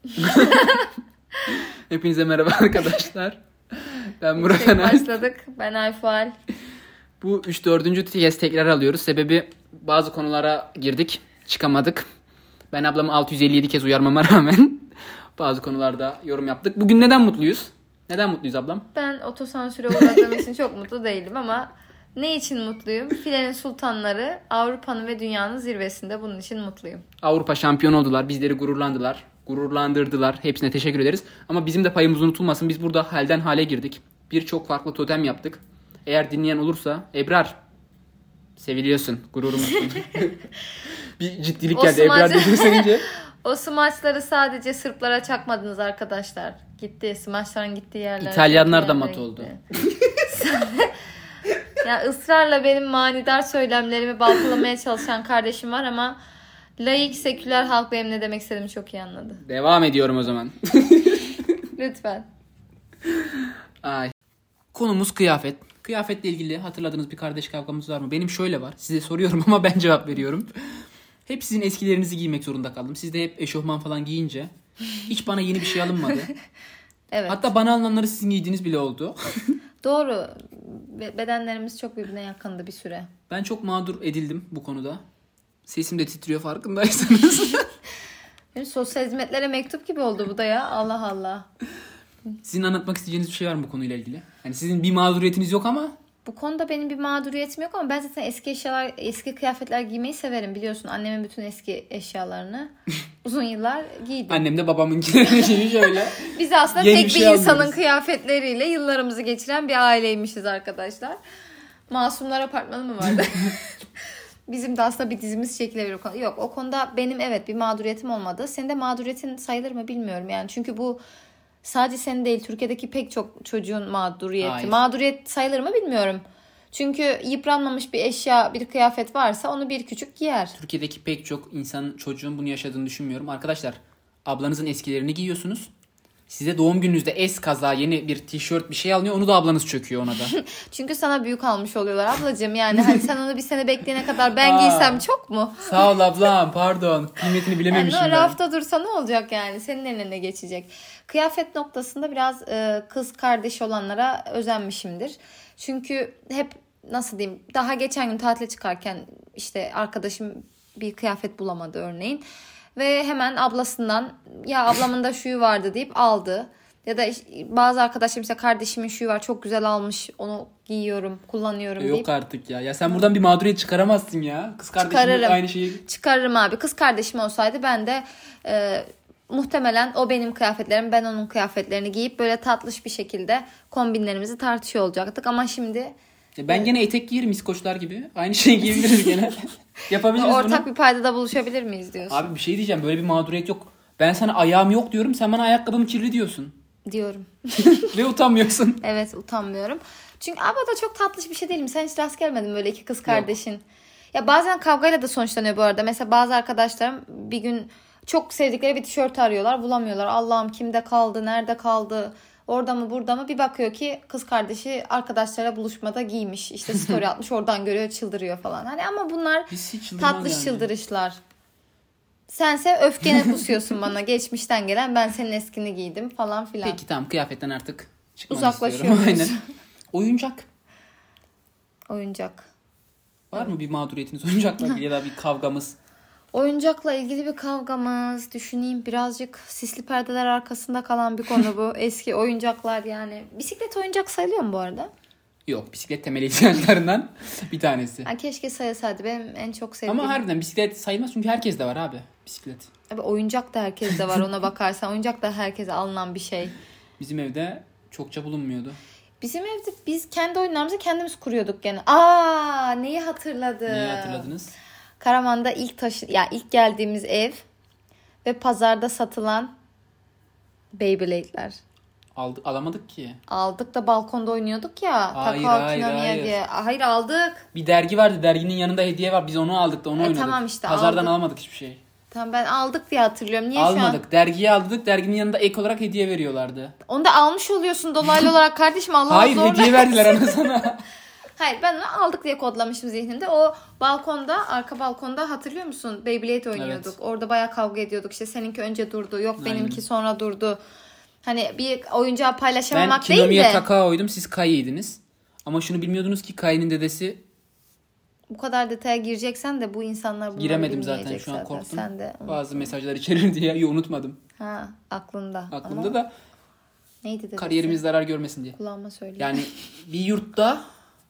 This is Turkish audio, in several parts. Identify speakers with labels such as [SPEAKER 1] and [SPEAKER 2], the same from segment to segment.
[SPEAKER 1] Hepinize merhaba arkadaşlar. Ben Burak Anay.
[SPEAKER 2] Başladık. Ben Ayfual.
[SPEAKER 1] Bu 3-4. kez tekrar alıyoruz. Sebebi bazı konulara girdik. Çıkamadık. Ben ablamı 657 kez uyarmama rağmen bazı konularda yorum yaptık. Bugün neden mutluyuz? Neden mutluyuz ablam?
[SPEAKER 2] Ben otosansüre uğradığım için çok mutlu değilim ama ne için mutluyum? Filenin sultanları Avrupa'nın ve dünyanın zirvesinde, bunun için mutluyum.
[SPEAKER 1] Avrupa şampiyon oldular. Bizleri gururlandırdılar. Hepsine teşekkür ederiz. Ama bizim de payımız unutulmasın. Biz burada halden hale girdik. Birçok farklı totem yaptık. Eğer dinleyen olursa Ebrar, seviliyorsun, gururumuzsun. Bir ciddilik geldi Ebrar dediğini söyleyince.
[SPEAKER 2] O smaçları sadece Sırplara çakmadınız arkadaşlar. Gitti. Smaçların gittiği yerler.
[SPEAKER 1] İtalyanlar da mat oldu.
[SPEAKER 2] Ya ısrarla benim manidar söylemlerimi baltalamaya çalışan kardeşim var ama laik seküler halk benim ne demek istediğimi çok iyi anladı.
[SPEAKER 1] Devam ediyorum o zaman.
[SPEAKER 2] Lütfen.
[SPEAKER 1] Ay. Konumuz kıyafet. Kıyafetle ilgili hatırladığınız bir kardeş kavgamız var mı? Benim şöyle var. Size soruyorum ama ben cevap veriyorum. Hep sizin eskilerinizi giymek zorunda kaldım. Siz de hep eşofman falan giyince hiç bana yeni bir şey alınmadı.
[SPEAKER 2] Evet.
[SPEAKER 1] Hatta bana alınanları sizin giydiğiniz bile oldu.
[SPEAKER 2] Doğru. Bedenlerimiz çok birbirine yakındı bir süre.
[SPEAKER 1] Ben çok mağdur edildim bu konuda. Sesim de titriyor farkındaysanız.
[SPEAKER 2] Benim sosyal hizmetlere mektup gibi oldu bu da ya. Allah Allah.
[SPEAKER 1] Sizin anlatmak isteyeceğiniz bir şey var mı bu konuyla ilgili? Hani sizin bir mağduriyetiniz yok ama.
[SPEAKER 2] Bu konuda benim bir mağduriyetim yok ama ben zaten eski eşyalar, eski kıyafetler giymeyi severim, biliyorsun. Annemin bütün eski eşyalarını uzun yıllar giydim.
[SPEAKER 1] Annem de babamınkilerini şöyle.
[SPEAKER 2] Biz aslında
[SPEAKER 1] Yeni
[SPEAKER 2] tek
[SPEAKER 1] bir
[SPEAKER 2] bir
[SPEAKER 1] şey
[SPEAKER 2] insanın
[SPEAKER 1] almıyoruz.
[SPEAKER 2] kıyafetleriyle yıllarımızı geçiren bir aileymişiz arkadaşlar. Masumlar Apartmanı mı vardı? Bizim de aslında bir dizimiz çekilebilir o konuda. Yok, o konuda benim evet bir mağduriyetim olmadı. Senin de mağduriyetin sayılır mı bilmiyorum yani. Çünkü bu sadece senin değil, Türkiye'deki pek çok çocuğun mağduriyeti.
[SPEAKER 1] Hayır.
[SPEAKER 2] Mağduriyet sayılır mı bilmiyorum. Çünkü yıpranmamış bir eşya, bir kıyafet varsa onu bir küçük giyer.
[SPEAKER 1] Türkiye'deki pek çok insan, çocuğun bunu yaşadığını düşünmüyorum. Arkadaşlar, ablanızın eskilerini giyiyorsunuz. Size doğum gününüzde eskaza yeni bir tişört bir şey alınıyor. Onu da ablanız çöküyor ona da.
[SPEAKER 2] Çünkü sana büyük almış oluyorlar ablacığım. Yani hani sen onu bir sene bekleyene kadar ben giysem çok mu?
[SPEAKER 1] Sağ ol ablam, pardon. Kıymetini bilememişim
[SPEAKER 2] Yani
[SPEAKER 1] ben.
[SPEAKER 2] rafta dursa ne olacak yani? Senin eline geçecek. Kıyafet noktasında biraz kız kardeşi olanlara özenmişimdir. Çünkü hep nasıl diyeyim, daha geçen gün tatile çıkarken işte arkadaşım bir kıyafet bulamadı örneğin. Ve hemen ablasından ya ablamın da şuyu vardı deyip aldı. Ya da bazı arkadaşlarım işte kardeşimin şuyu var çok güzel almış, onu giyiyorum, kullanıyorum deyip.
[SPEAKER 1] Yok artık ya. Ya sen buradan bir mağduriyet çıkaramazsın ya. Kız kardeşin aynı şeyi.
[SPEAKER 2] Çıkarırım abi. Kız kardeşim olsaydı ben de muhtemelen o benim kıyafetlerim, ben onun kıyafetlerini giyip böyle tatlış bir şekilde kombinlerimizi tartışıyor olacaktık. Ama şimdi
[SPEAKER 1] Ben gene etek giyerim İskoçlar gibi. Aynı şeyi giyebiliriz gene. Yapabiliriz bunu.
[SPEAKER 2] ortak bir paydada buluşabilir miyiz diyorsun?
[SPEAKER 1] Abi bir şey diyeceğim. Böyle bir mağduriyet yok. Ben sana ayağım yok diyorum. Sen bana ayakkabım kirli diyorsun.
[SPEAKER 2] Diyorum.
[SPEAKER 1] Ve utanmıyorsun.
[SPEAKER 2] Evet, utanmıyorum. Çünkü abi o da çok tatlış bir şey değil mi? Sen hiç rast gelmedin böyle iki kız kardeşin. Ya bazen kavgayla da sonuçlanıyor bu arada. Mesela bazı arkadaşlarım bir gün çok sevdikleri bir tişört arıyorlar, bulamıyorlar. Allah'ım kimde kaldı, nerede kaldı, orada mı burada mı? Bir bakıyor ki kız kardeşi arkadaşlarla buluşmada giymiş. İşte story atmış, oradan görüyor, çıldırıyor falan. Hani ama bunlar tatlış yani. Çıldırışlar. Sense öfkene kusuyorsun bana. Geçmişten gelen, ben senin eskini giydim falan filan.
[SPEAKER 1] Peki tamam, kıyafetten artık çıkmanı
[SPEAKER 2] uzaklaşıyoruz.
[SPEAKER 1] istiyorum. Aynen. Oyuncak.
[SPEAKER 2] Oyuncak.
[SPEAKER 1] Var mı bir mağduriyetiniz oyuncakla ilgili ya da bir kavgamız?
[SPEAKER 2] Oyuncakla ilgili bir kavgamız. Düşüneyim, birazcık sisli perdeler arkasında kalan bir konu bu. Eski oyuncaklar yani. Bisiklet oyuncak sayılıyor mu bu arada?
[SPEAKER 1] Yok, bisiklet temel ihtiyaçlarından bir tanesi.
[SPEAKER 2] Ha, keşke sayılsaydı. Benim en çok sevdiğim.
[SPEAKER 1] Ama harbiden bisiklet sayılmaz çünkü herkes de var abi bisiklet.
[SPEAKER 2] Abi oyuncak da herkeste var ona bakarsan. Oyuncak da herkese alınan bir şey.
[SPEAKER 1] Bizim evde çokça bulunmuyordu.
[SPEAKER 2] Bizim evde biz kendi oyunlarımızı kendimiz kuruyorduk gene. Neyi hatırladım?
[SPEAKER 1] Neyi hatırladınız?
[SPEAKER 2] Karaman'da ilk geldiğimiz ev ve pazarda satılan Beyblade'ler.
[SPEAKER 1] Alamadık ki.
[SPEAKER 2] Aldık da balkonda oynuyorduk ya.
[SPEAKER 1] Hayır.
[SPEAKER 2] Diye. Hayır, aldık.
[SPEAKER 1] Bir dergi vardı. Derginin yanında hediye var. Biz onu aldık da onu oynadık.
[SPEAKER 2] Tamam işte,
[SPEAKER 1] pazardan
[SPEAKER 2] aldık.
[SPEAKER 1] alamadık hiçbir şey.
[SPEAKER 2] Tamam, ben aldık diye hatırlıyorum. Niye
[SPEAKER 1] Almadık.
[SPEAKER 2] şu an?
[SPEAKER 1] Dergiyi aldık. Derginin yanında ek olarak hediye veriyorlardı.
[SPEAKER 2] Onu da almış oluyorsun dolaylı olarak kardeşim. Allah
[SPEAKER 1] Hayır,
[SPEAKER 2] zorla.
[SPEAKER 1] hediye verdiler ana sana.
[SPEAKER 2] Hayır, ben onu aldık diye kodlamıştım zihnimde. O balkonda, arka balkonda hatırlıyor musun? Beyblade oynuyorduk.
[SPEAKER 1] Evet.
[SPEAKER 2] Orada bayağı kavga ediyorduk. İşte seninki önce durdu. Yok
[SPEAKER 1] Aynen.
[SPEAKER 2] benimki sonra durdu. Hani bir oyuncağı
[SPEAKER 1] Ben
[SPEAKER 2] paylaşamamak değil
[SPEAKER 1] Kinomi'ye
[SPEAKER 2] de.
[SPEAKER 1] Takao'ydum. Siz Kai'ydiniz. Ama şunu bilmiyordunuz ki Kai'nin dedesi...
[SPEAKER 2] Bu kadar detaya gireceksen de bu insanlar bunları
[SPEAKER 1] Giremedim zaten,
[SPEAKER 2] bilmeyecek
[SPEAKER 1] şu an korktum.
[SPEAKER 2] Sen de
[SPEAKER 1] Bazı mesajlar içerir diye unutmadım.
[SPEAKER 2] Ha, aklımda.
[SPEAKER 1] Aklımda
[SPEAKER 2] Ama
[SPEAKER 1] da
[SPEAKER 2] neydi dedesi?
[SPEAKER 1] kariyerimiz zarar görmesin diye.
[SPEAKER 2] Kulağıma söyle.
[SPEAKER 1] Yani bir yurtta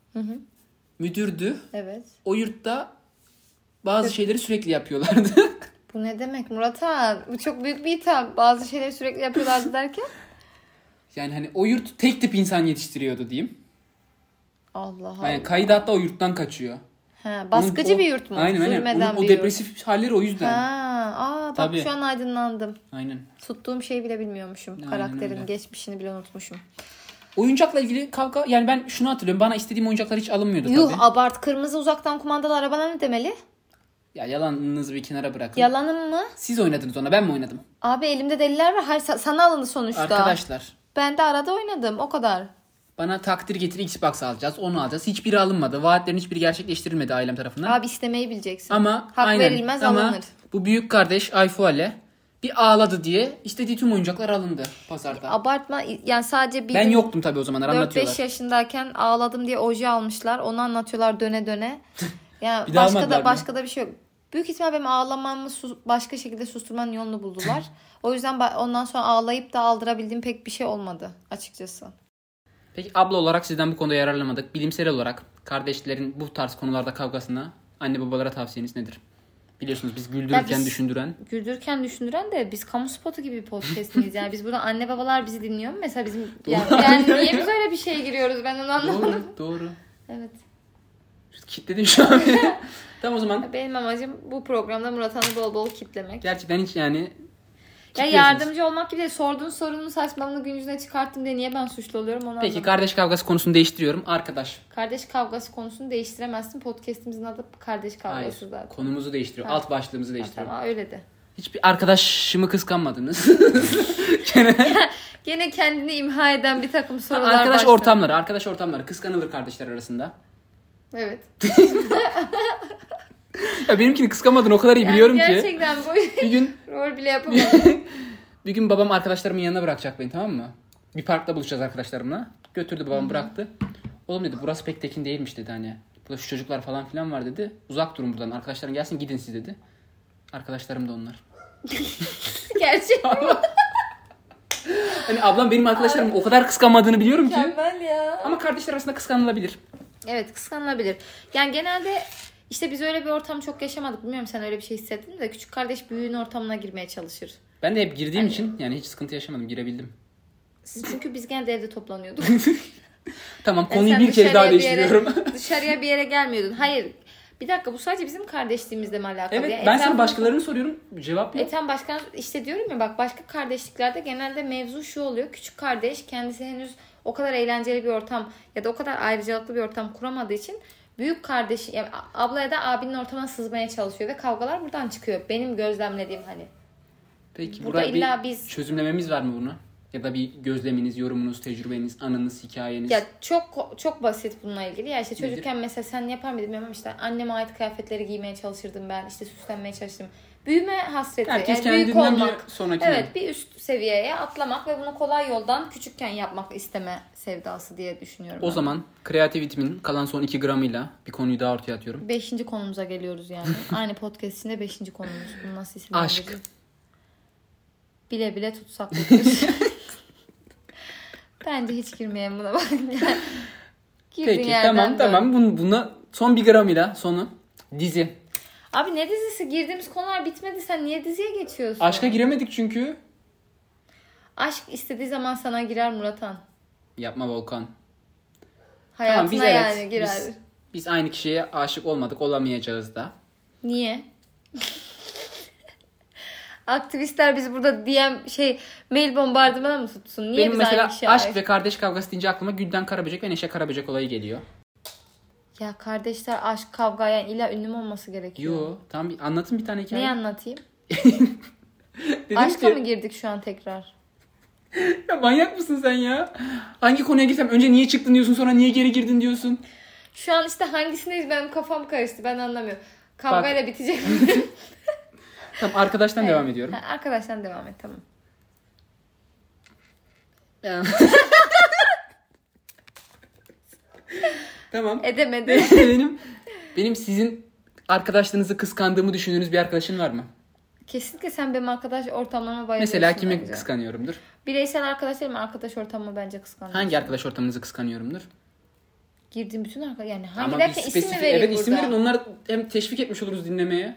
[SPEAKER 1] müdürdü.
[SPEAKER 2] Evet.
[SPEAKER 1] O yurtta bazı şeyleri sürekli yapıyorlardı.
[SPEAKER 2] Bu ne demek Murat Han? Bu çok büyük bir hitap. Bazı şeyleri sürekli yapıyorlardı derken.
[SPEAKER 1] Yani hani o yurt tek tip insan yetiştiriyordu diyeyim.
[SPEAKER 2] Allah Allah.
[SPEAKER 1] Yani Kayı hatta o yurttan kaçıyor.
[SPEAKER 2] Ha, baskıcı bir yurt mu?
[SPEAKER 1] Aynen.
[SPEAKER 2] Zulmeden
[SPEAKER 1] O
[SPEAKER 2] bir
[SPEAKER 1] depresif halleri o yüzden.
[SPEAKER 2] Bak
[SPEAKER 1] Tabii.
[SPEAKER 2] şu an aydınlandım.
[SPEAKER 1] Aynen.
[SPEAKER 2] Tuttuğum şeyi bile bilmiyormuşum.
[SPEAKER 1] Aynen
[SPEAKER 2] Karakterin
[SPEAKER 1] öyle.
[SPEAKER 2] geçmişini bile unutmuşum.
[SPEAKER 1] Oyuncakla ilgili kavga, yani ben şunu hatırlıyorum. Bana istediğim oyuncaklar hiç alınmıyordu
[SPEAKER 2] Yuh
[SPEAKER 1] tabii.
[SPEAKER 2] abart. Kırmızı uzaktan kumandalı arabana ne demeli?
[SPEAKER 1] Ya yalanınızı bir kenara bırakın.
[SPEAKER 2] Yalanım mı?
[SPEAKER 1] Siz oynadınız ona, ben mi oynadım?
[SPEAKER 2] Abi elimde deliller var. Hayır, sana alındı sonuçta.
[SPEAKER 1] Arkadaşlar,
[SPEAKER 2] Ben de arada oynadım. O kadar.
[SPEAKER 1] bana takdir getir Xbox alacağız, onu alacağız. Hiçbiri alınmadı. Vaatlerin hiçbiri gerçekleştirilmedi ailem tarafından.
[SPEAKER 2] Abi istemeyi bileceksin.
[SPEAKER 1] Ama
[SPEAKER 2] Hak
[SPEAKER 1] aynen,
[SPEAKER 2] verilmez
[SPEAKER 1] ama
[SPEAKER 2] alınır.
[SPEAKER 1] bu büyük kardeş Ayfuale bir ağladı diye istediği tüm oyuncaklar alındı pazarda.
[SPEAKER 2] Abartma. Yani sadece bir
[SPEAKER 1] Ben
[SPEAKER 2] gün
[SPEAKER 1] yoktum tabii o zamanlar,
[SPEAKER 2] 4-5
[SPEAKER 1] anlatıyorlar.
[SPEAKER 2] yaşındayken ağladım diye oje almışlar. Onu anlatıyorlar döne döne. Yani
[SPEAKER 1] Bir daha almadılar mı?
[SPEAKER 2] başka da bir şey yok. Büyük ihtimal benim ağlamamı başka şekilde susturmanın yolunu buldular. O yüzden ondan sonra ağlayıp da aldırabildiğim pek bir şey olmadı açıkçası.
[SPEAKER 1] Peki abla olarak sizden bu konuda yararlanamadık. Bilimsel olarak kardeşlerin bu tarz konularda kavgasına anne babalara tavsiyeniz nedir? Biliyorsunuz biz güldürürken düşündüren.
[SPEAKER 2] Güldürürken düşündüren de biz kamu spotu gibi bir podcast miyiz? Yani biz burada anne babalar bizi dinliyor mu? Mesela bizim yani niye biz öyle bir şeye giriyoruz, ben onu anlamadım.
[SPEAKER 1] Doğru.
[SPEAKER 2] Evet.
[SPEAKER 1] Kitledim şu an. Tamam o zaman.
[SPEAKER 2] Benim amacım bu programda Murat Han'ı bol bol kitlemek.
[SPEAKER 1] Gerçekten hiç yani.
[SPEAKER 2] Ya yardımcı olmak gibi değil. Sorduğun sorunun saçmalığını gün yüzüne çıkarttım diye niye ben suçlu oluyorum onu
[SPEAKER 1] Peki
[SPEAKER 2] anlamadım.
[SPEAKER 1] kardeş kavgası konusunu değiştiriyorum. Arkadaş.
[SPEAKER 2] Kardeş kavgası konusunu değiştiremezsin. Podcast'imizin adı kardeş kavgası
[SPEAKER 1] Hayır.
[SPEAKER 2] zaten.
[SPEAKER 1] Konumuzu değiştiriyor.
[SPEAKER 2] Ha.
[SPEAKER 1] Alt başlığımızı değiştiriyorum.
[SPEAKER 2] Tamam öyle de.
[SPEAKER 1] Hiçbir arkadaşımı kıskanmadınız.
[SPEAKER 2] Gene kendini imha eden bir takım sorular
[SPEAKER 1] Arkadaş
[SPEAKER 2] başladı.
[SPEAKER 1] ortamları kıskanılır kardeşler arasında.
[SPEAKER 2] Evet.
[SPEAKER 1] Ya benimkini kıskanmadın o kadar iyi biliyorum ki.
[SPEAKER 2] Gerçekten bu
[SPEAKER 1] Bir gün
[SPEAKER 2] rol bile yapamadım.
[SPEAKER 1] bir gün babam arkadaşlarımın yanına bırakacak beni, tamam mı? Bir parkta buluşacağız arkadaşlarımla. Götürdü babam, bıraktı. Oğlum dedi, burası pek tekin değilmiş dedi hani. Burada şu çocuklar falan filan var dedi. Uzak durun buradan. Arkadaşlarım gelsin, gidin siz dedi. Arkadaşlarım da onlar.
[SPEAKER 2] Gerçekten.
[SPEAKER 1] Hani ablam benim arkadaşlarım o kadar kıskanmadığını biliyorum ki.
[SPEAKER 2] Mükemmel ya.
[SPEAKER 1] Ama kardeşler arasında kıskanılabilir.
[SPEAKER 2] Evet, kıskanılabilir. Yani genelde işte biz öyle bir ortam çok yaşamadık. Bilmiyorum sen öyle bir şey hissettin mi de küçük kardeş büyüğün ortamına girmeye çalışır.
[SPEAKER 1] Ben de hep girdiğim için yani hiç sıkıntı yaşamadım. Girebildim.
[SPEAKER 2] Çünkü biz genelde evde toplanıyorduk.
[SPEAKER 1] Tamam,
[SPEAKER 2] Yani
[SPEAKER 1] konuyu
[SPEAKER 2] sen
[SPEAKER 1] bir kere daha
[SPEAKER 2] dışarıya bir yere-
[SPEAKER 1] değiştiriyorum.
[SPEAKER 2] Dışarıya bir yere gelmiyordun. Hayır. Bir dakika, bu sadece bizim kardeşliğimizle mi alakalı?
[SPEAKER 1] Evet,
[SPEAKER 2] Yani
[SPEAKER 1] ben sana
[SPEAKER 2] etrafımızda-
[SPEAKER 1] başkalarını soruyorum. Cevap yok.
[SPEAKER 2] Tam başka işte diyorum ya, bak başka kardeşliklerde genelde mevzu şu oluyor. Küçük kardeş kendisi henüz o kadar eğlenceli bir ortam ya da o kadar ayrıcalıklı bir ortam kuramadığı için büyük kardeş yani abla ya da abinin ortamına sızmaya çalışıyor ve kavgalar buradan çıkıyor. Benim gözlemlediğim hani.
[SPEAKER 1] Peki
[SPEAKER 2] Burada
[SPEAKER 1] burada
[SPEAKER 2] illa
[SPEAKER 1] bir
[SPEAKER 2] biz-
[SPEAKER 1] çözümlememiz var mı buna? Ya da bir gözleminiz, yorumunuz, tecrübeniz, anınız, hikayeniz.
[SPEAKER 2] Ya çok basit bununla ilgili. Ya işte çocukken mesela sen yapar mıydın bilmiyorum ama işte anneme ait kıyafetleri giymeye çalışırdım ben. İşte süslenmeye çalıştım. Büyüme hasreti.
[SPEAKER 1] Herkes
[SPEAKER 2] yani büyük
[SPEAKER 1] kendinden
[SPEAKER 2] olmak.
[SPEAKER 1] bir sonraki.
[SPEAKER 2] Evet, bir üst seviyeye atlamak ve bunu kolay yoldan küçükken yapmak isteme sevdası diye düşünüyorum.
[SPEAKER 1] O zaman kreativitimin kalan son 2 gramıyla bir konuyu daha ortaya atıyorum.
[SPEAKER 2] 5. konumuza geliyoruz yani. Aynı podcast içinde 5. konumuz. Bunu nasıl
[SPEAKER 1] Aşk.
[SPEAKER 2] isimlendireceğiz? Bile bile tutsaklıktır. Bence hiç girmeyelim buna bak. Girdin
[SPEAKER 1] Peki
[SPEAKER 2] yerden dön.
[SPEAKER 1] tamam. Buna son 1 gramıyla sonu dizi.
[SPEAKER 2] Abi ne dizisi? Girdiğimiz konular bitmedi. Sen niye diziye geçiyorsun?
[SPEAKER 1] Aşka giremedik çünkü.
[SPEAKER 2] Aşk istediği zaman sana girer Muratan.
[SPEAKER 1] Yapma Volkan.
[SPEAKER 2] Hayatına
[SPEAKER 1] biz evet,
[SPEAKER 2] yani girer.
[SPEAKER 1] Biz aynı kişiye aşık olmadık, olamayacağız da.
[SPEAKER 2] Niye? Aktivistler bizi burada mail bombardımanı mı tutsun? Niye
[SPEAKER 1] Benim
[SPEAKER 2] biz
[SPEAKER 1] mesela
[SPEAKER 2] aynı kişiye
[SPEAKER 1] aşk
[SPEAKER 2] aşık?
[SPEAKER 1] ve kardeş kavgası deyince aklıma Gülden Karaböcek ve Neşe Karaböcek olayı geliyor.
[SPEAKER 2] Ya kardeşler aşk kavga yani illa ünlü mü olması gerekiyor?
[SPEAKER 1] Yo, tamam anlatın bir tane hikaye.
[SPEAKER 2] Neyi anlatayım?
[SPEAKER 1] Dedim
[SPEAKER 2] Aşka
[SPEAKER 1] ki,
[SPEAKER 2] mı girdik şu an tekrar?
[SPEAKER 1] ya manyak mısın sen ya? Hangi konuya girsem önce niye çıktın diyorsun, sonra niye geri girdin diyorsun.
[SPEAKER 2] Şu an işte hangisindeyiz benim kafam karıştı. Ben anlamıyorum. Kavgayla bitecek.
[SPEAKER 1] Tamam, arkadaştan devam ediyorum.
[SPEAKER 2] Arkadaştan devam et, tamam.
[SPEAKER 1] Tamam.
[SPEAKER 2] Edemedi.
[SPEAKER 1] benim sizin arkadaşlarınızı kıskandığımı düşündüğünüz bir arkadaşın var mı?
[SPEAKER 2] Kesinlikle sen benim arkadaş ortamlarıma bayılıyorsun.
[SPEAKER 1] Mesela kimi
[SPEAKER 2] bence.
[SPEAKER 1] kıskanıyorumdur?
[SPEAKER 2] Bireysel arkadaşlarım, arkadaş ortamımı bence kıskanıyorum.
[SPEAKER 1] Hangi arkadaş ortamınızı kıskanıyorumdur?
[SPEAKER 2] Girdiğim bütün arkadaş, yani hangi
[SPEAKER 1] Ama
[SPEAKER 2] derken isim mi vereyim
[SPEAKER 1] evet,
[SPEAKER 2] burada?
[SPEAKER 1] isim verin, onlar hem teşvik etmiş oluruz dinlemeye.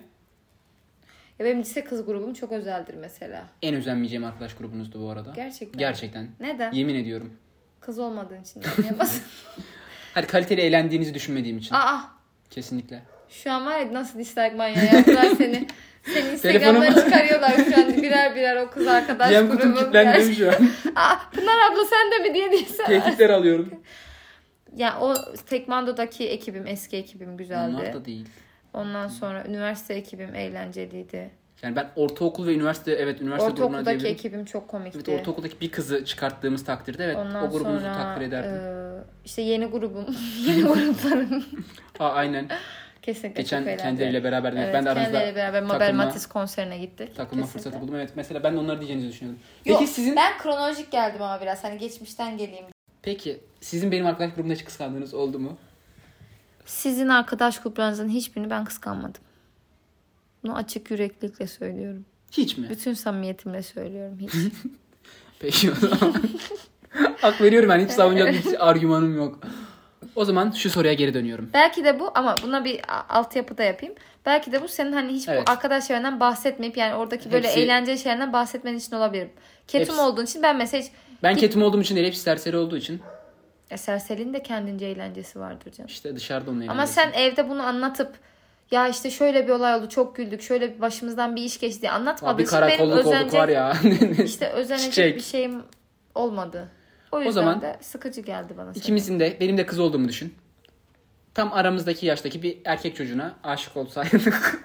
[SPEAKER 2] Ya benim lise kız grubum çok özeldir mesela.
[SPEAKER 1] En özenmeyeceğim arkadaş grubunuzdu bu arada.
[SPEAKER 2] Gerçekten.
[SPEAKER 1] Gerçekten.
[SPEAKER 2] Neden?
[SPEAKER 1] Yemin ediyorum.
[SPEAKER 2] Kız olmadığın için yapamazsın.
[SPEAKER 1] Hadi kaliteli eğlendiğinizi düşünmediğim için.
[SPEAKER 2] Aa,
[SPEAKER 1] Kesinlikle.
[SPEAKER 2] şu an var ya nasıl dislike manyağı yaptılar seni. Seni Instagram'dan çıkarıyorlar şu an birer birer o kız arkadaş
[SPEAKER 1] Cem kutum
[SPEAKER 2] grubum.
[SPEAKER 1] kilitlendim şu an.
[SPEAKER 2] Aa, Pınar abla sen de mi diye
[SPEAKER 1] Tehditler alıyorum.
[SPEAKER 2] Ya o Tekmando'daki ekibim, eski ekibim güzeldi.
[SPEAKER 1] Onlar da değil.
[SPEAKER 2] Ondan sonra üniversite ekibim eğlenceliydi.
[SPEAKER 1] Yani ben ortaokul ve üniversite grubuna
[SPEAKER 2] Ortaokuldaki
[SPEAKER 1] diyebilirim.
[SPEAKER 2] ekibim çok komikti.
[SPEAKER 1] Evet, ortaokuldaki bir kızı çıkarttığımız takdirde evet
[SPEAKER 2] Ondan
[SPEAKER 1] o grubumuzu
[SPEAKER 2] sonra,
[SPEAKER 1] takdir ederdim.
[SPEAKER 2] işte yeni grubum, yeni gruplarım.
[SPEAKER 1] Aynen.
[SPEAKER 2] Kesinlikle
[SPEAKER 1] Geçen
[SPEAKER 2] çok eğlenceli.
[SPEAKER 1] kendileriyle beraber.
[SPEAKER 2] Evet,
[SPEAKER 1] ben de aranızda
[SPEAKER 2] kendileriyle beraber Mabel Matiz konserine gittik.
[SPEAKER 1] takılma
[SPEAKER 2] Kesinlikle.
[SPEAKER 1] fırsatı buldum. Evet, mesela ben de onları diyeceğinizi düşünüyordum.
[SPEAKER 2] Yok,
[SPEAKER 1] Peki sizin
[SPEAKER 2] ben kronolojik geldim ama biraz. Hani geçmişten geleyim.
[SPEAKER 1] Peki sizin benim arkadaş grubumda hiç kıskandığınız oldu mu?
[SPEAKER 2] Sizin arkadaş gruplarınızın hiçbirini ben kıskanmadım. Bunu açık yüreklilikle söylüyorum.
[SPEAKER 1] Hiç mi?
[SPEAKER 2] Bütün samimiyetimle söylüyorum. Hiç.
[SPEAKER 1] Peki o zaman. Hak veriyorum, ben hiç savunacak bir argümanım yok. O zaman şu soruya geri dönüyorum.
[SPEAKER 2] Belki de bu, ama buna bir altyapı da yapayım. Belki de bu senin hani hiç
[SPEAKER 1] Evet.
[SPEAKER 2] bu arkadaş şeylerinden bahsetmeyip yani oradaki böyle
[SPEAKER 1] Hepsi-
[SPEAKER 2] eğlenceli şeylerden bahsetmen için olabilir. Ketum
[SPEAKER 1] Hepsi-
[SPEAKER 2] olduğun için ben mesela hiç...
[SPEAKER 1] Ben ketum olduğum için değil, hepsi serseri olduğu için.
[SPEAKER 2] Serserinin de kendince eğlencesi vardır canım.
[SPEAKER 1] İşte dışarıda onun
[SPEAKER 2] Ama sen evde bunu anlatıp ya işte şöyle bir olay oldu, çok güldük, şöyle bir başımızdan bir iş geçti diye anlatmadığın
[SPEAKER 1] bir
[SPEAKER 2] için benim
[SPEAKER 1] karakolluk olduk var ya.
[SPEAKER 2] işte özenecek
[SPEAKER 1] Çiçek.
[SPEAKER 2] bir şeyim olmadı. O yüzden
[SPEAKER 1] zaman
[SPEAKER 2] de sıkıcı geldi bana.
[SPEAKER 1] İkimizin de, benim de kız olduğumu düşün. Tam aramızdaki yaştaki bir erkek çocuğuna aşık olsaydık.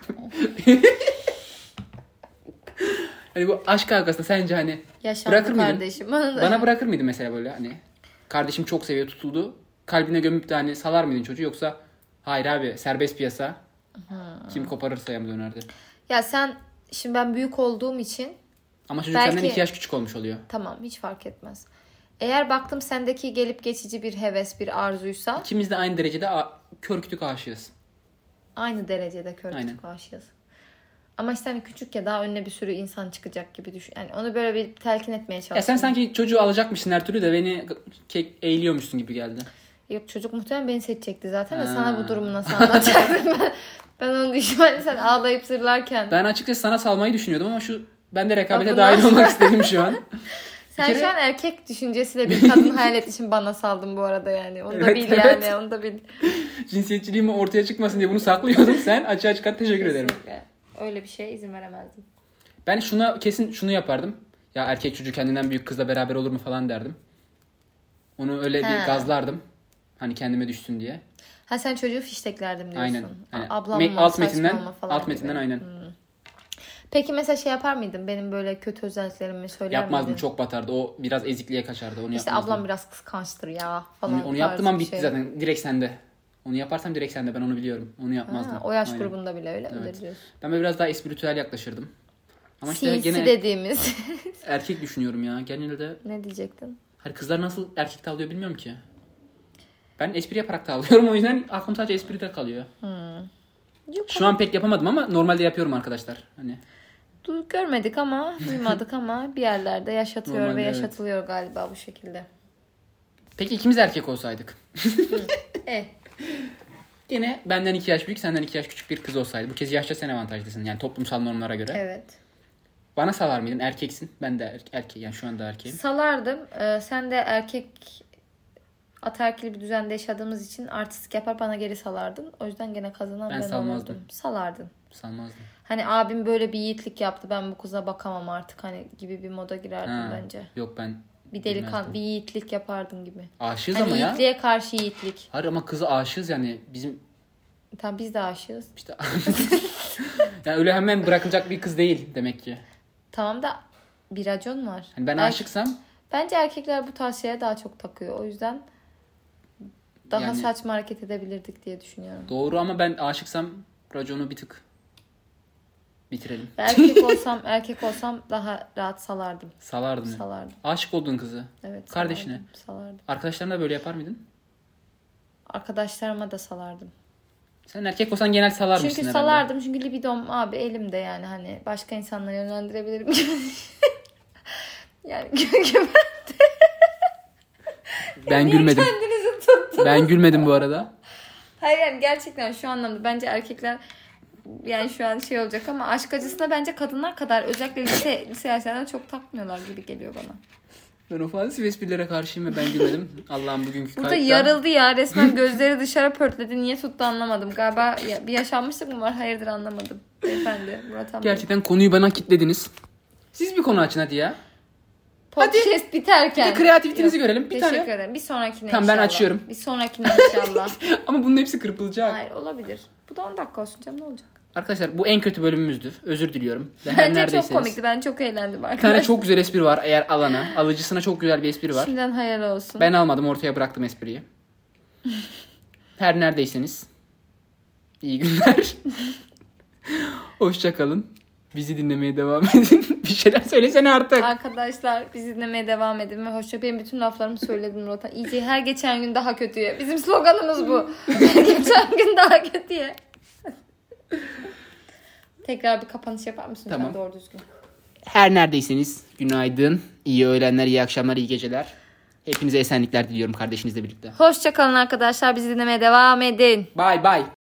[SPEAKER 1] Hani bu aşk kavgasında sence hani
[SPEAKER 2] Yaşandı
[SPEAKER 1] bırakır mıydın?
[SPEAKER 2] kardeşim.
[SPEAKER 1] Bana bırakır mıydın mesela böyle hani? Kardeşim çok seviyor, tutuldu. Kalbine gömüp de hani salar mıydın çocuğu, yoksa hayır abi serbest piyasa. Kim koparırsa yam dönerdi.
[SPEAKER 2] Ya sen şimdi, ben büyük olduğum için
[SPEAKER 1] Ama çocuk
[SPEAKER 2] belki,
[SPEAKER 1] senden 2 yaş küçük olmuş oluyor.
[SPEAKER 2] tamam, hiç fark etmez. Eğer baktım sendeki gelip geçici bir heves, bir arzuysa
[SPEAKER 1] İkimiz de aynı derecede kör kütük aşığız.
[SPEAKER 2] aynı derecede kör
[SPEAKER 1] Aynen.
[SPEAKER 2] kütük aşığız. Ama işte hani küçük ya, daha önüne bir sürü insan çıkacak gibi düşün. Yani onu böyle bir telkin etmeye çalışıyorum.
[SPEAKER 1] Ya sen sanki çocuğu alacakmışsın her türlü de beni eğiliyormuşsun gibi geldi.
[SPEAKER 2] Yok, çocuk muhtemelen beni seçecekti zaten de
[SPEAKER 1] Ha.
[SPEAKER 2] sana bu durumu nasıl anlatacaktım ben. Ben onu düşünmedim, sen ağlayıp zırlarken.
[SPEAKER 1] Ben açıkçası sana salmayı düşünüyordum ama ben de rekabete
[SPEAKER 2] Bak,
[SPEAKER 1] dahil
[SPEAKER 2] bundan-
[SPEAKER 1] olmak istedim şu an.
[SPEAKER 2] Sen
[SPEAKER 1] kere-
[SPEAKER 2] şu an erkek düşüncesiyle bir kadın hayal için bana saldın bu arada yani. Onu da
[SPEAKER 1] Evet,
[SPEAKER 2] bil
[SPEAKER 1] evet.
[SPEAKER 2] yani, onu da bil.
[SPEAKER 1] Cinsiyetçiliğim ortaya çıkmasın diye bunu saklıyordum. Sen açığa çıkart, teşekkür ederim.
[SPEAKER 2] Kesinlikle. Öyle bir şeye izin veremezdim.
[SPEAKER 1] Ben kesin şunu yapardım. Ya erkek çocuğu kendinden büyük kızla beraber olur mu falan derdim. Onu öyle bir gazlardım. Hani kendime düşsün diye.
[SPEAKER 2] Ha, sen çocuğu fişteklerdim diyorsun.
[SPEAKER 1] Aynen. Hani
[SPEAKER 2] Ablam mı,
[SPEAKER 1] alt metinden
[SPEAKER 2] saçmalama falan gibi.
[SPEAKER 1] aynen.
[SPEAKER 2] Peki mesela şey yapar mıydın? Benim böyle kötü özelliklerimi söyler
[SPEAKER 1] Yapmazdım,
[SPEAKER 2] miydin?
[SPEAKER 1] çok batardı. O biraz ezikliğe kaçardı. Onu
[SPEAKER 2] İşte
[SPEAKER 1] yapmazdım.
[SPEAKER 2] ablam biraz kıskançtır ya falan.
[SPEAKER 1] Onu yaptım ama
[SPEAKER 2] tarzı bir
[SPEAKER 1] bitti
[SPEAKER 2] şey.
[SPEAKER 1] zaten. Direkt sende. Onu yaparsam direkt sende. Ben onu biliyorum. Onu yapmazdım.
[SPEAKER 2] Ha, o yaş
[SPEAKER 1] Aynen.
[SPEAKER 2] grubunda bile öyle mi
[SPEAKER 1] Evet.
[SPEAKER 2] diyorsun?
[SPEAKER 1] Ben böyle biraz daha espritüel yaklaşırdım. Ama işte
[SPEAKER 2] Sinsi
[SPEAKER 1] gene
[SPEAKER 2] dediğimiz.
[SPEAKER 1] erkek düşünüyorum ya. Genelde
[SPEAKER 2] Ne diyecektin?
[SPEAKER 1] hani kızlar nasıl erkek tavlıyor bilmiyorum ki. Ben espri yaparak tavlıyorum. O yüzden aklım sadece espride kalıyor.
[SPEAKER 2] Yok,
[SPEAKER 1] Şu an pek yapamadım ama normalde yapıyorum arkadaşlar. Hani
[SPEAKER 2] görmedik ama duymadık ama bir yerlerde yaşatıyor
[SPEAKER 1] Normalde
[SPEAKER 2] ve
[SPEAKER 1] evet.
[SPEAKER 2] yaşatılıyor galiba bu şekilde.
[SPEAKER 1] peki ikimiz erkek olsaydık. Gene benden 2 yaş büyük, senden 2 yaş küçük bir kız olsaydı. Bu kez yaşça sen avantajlısın. Yani toplumsal normlara göre.
[SPEAKER 2] Evet.
[SPEAKER 1] Bana salar mıydın? Erkeksin. Ben de erkek. Yani şu anda erkeğim.
[SPEAKER 2] Salardım. Sen de erkek ataerkil bir düzende yaşadığımız için artistik yapar bana geri salardın. O yüzden gene kazanan
[SPEAKER 1] Ben
[SPEAKER 2] ben
[SPEAKER 1] salmazdım.
[SPEAKER 2] olurdum. Salardın.
[SPEAKER 1] Salmazdım.
[SPEAKER 2] Hani abim böyle bir yiğitlik yaptı, ben bu kıza bakamam artık hani gibi bir moda girerdin
[SPEAKER 1] Ha,
[SPEAKER 2] bence.
[SPEAKER 1] Yok ben
[SPEAKER 2] Bir delikan,
[SPEAKER 1] bilmezdim.
[SPEAKER 2] bir yiğitlik yapardın gibi.
[SPEAKER 1] Aşığız
[SPEAKER 2] Hani
[SPEAKER 1] ama ya.
[SPEAKER 2] yiğitliğe karşı yiğitlik.
[SPEAKER 1] Hayır ama kızı aşığız yani. Bizim
[SPEAKER 2] Tamam, biz de aşığız.
[SPEAKER 1] işte yani öyle hemen bırakılacak bir kız değil demek ki.
[SPEAKER 2] Tamam da bir racon var.
[SPEAKER 1] Hani ben aşıksam
[SPEAKER 2] Bence erkekler bu tarz şeye daha çok takıyor. O yüzden daha
[SPEAKER 1] Yani-
[SPEAKER 2] saçma hareket edebilirdik diye düşünüyorum.
[SPEAKER 1] Doğru ama ben aşıksam raconu bir tık bitirelim.
[SPEAKER 2] Erkek olsam daha rahat salardım.
[SPEAKER 1] Salardın.
[SPEAKER 2] Salardım.
[SPEAKER 1] Aşık olduğun kızı.
[SPEAKER 2] Evet.
[SPEAKER 1] Kardeşine.
[SPEAKER 2] Salardım.
[SPEAKER 1] Arkadaşlarına da böyle yapar mıydın?
[SPEAKER 2] Arkadaşlarıma da salardım.
[SPEAKER 1] Sen erkek olsan genel salar mısın
[SPEAKER 2] Çünkü
[SPEAKER 1] herhalde?
[SPEAKER 2] salardım. Çünkü libidom abi elimde yani hani başka insanları yönlendirebilirim gibi. Yani
[SPEAKER 1] Ben
[SPEAKER 2] niye
[SPEAKER 1] gülmedim.
[SPEAKER 2] kendinizi tuttunuz?
[SPEAKER 1] Ben gülmedim bu arada.
[SPEAKER 2] Hayır yani gerçekten şu anlamda bence erkekler yani şu an şey olacak ama aşk acısına bence kadınlar kadar özellikle lise yaşlarında çok takmıyorlar gibi geliyor bana.
[SPEAKER 1] Ben ofansif esprilere karşıyım ve ben gülmedim. Allah'ım bugünkü
[SPEAKER 2] Burada
[SPEAKER 1] kayıtta.
[SPEAKER 2] yarıldı ya resmen gözleri dışarı pörtledi. Niye tuttu anlamadım. Galiba bir yaşanmışlık mı var? Hayırdır anlamadım. Beyefendi Murat Hanım.
[SPEAKER 1] Gerçekten konuyu bana kitlediniz. Siz bir konu açın hadi ya.
[SPEAKER 2] Podcast biterken.
[SPEAKER 1] Bir de kreativitenizi görelim. Bir
[SPEAKER 2] Teşekkür
[SPEAKER 1] tane.
[SPEAKER 2] ederim. Bir sonrakine
[SPEAKER 1] Tamam, ben
[SPEAKER 2] inşallah.
[SPEAKER 1] açıyorum.
[SPEAKER 2] Bir sonrakine inşallah.
[SPEAKER 1] Ama bunun hepsi kırpılacak.
[SPEAKER 2] Hayır olabilir. Bu da 10 dakika olsun canım ne olacak?
[SPEAKER 1] Arkadaşlar bu en kötü bölümümüzdür. Özür diliyorum. Ve her
[SPEAKER 2] Bence çok
[SPEAKER 1] neredeyseniz.
[SPEAKER 2] komikti. Ben çok eğlendim
[SPEAKER 1] Bir
[SPEAKER 2] arkadaşlar.
[SPEAKER 1] tane çok güzel espri var eğer alana. Alıcısına çok güzel bir espri var.
[SPEAKER 2] Şimdiden hayal olsun.
[SPEAKER 1] Ben almadım, ortaya bıraktım espriyi. Her neredeyseniz. İyi günler. Hoşça kalın. Bizi dinlemeye devam edin. Bir şeyler söylesene artık.
[SPEAKER 2] Arkadaşlar bizi dinlemeye devam edin ve hoşça benim bütün laflarımı söyledim Murat'a. İyice her geçen gün daha kötüye. Bizim sloganımız bu. Her geçen gün daha kötüye. Tekrar bir kapanış yapar mısın?
[SPEAKER 1] Tamam.
[SPEAKER 2] Sen doğru düzgün.
[SPEAKER 1] Her neredeyseniz günaydın, iyi öğlenler, iyi akşamlar, iyi geceler. Hepinize esenlikler diliyorum kardeşinizle birlikte.
[SPEAKER 2] Hoşça kalın arkadaşlar. Bizi dinlemeye devam edin.
[SPEAKER 1] Bye bye.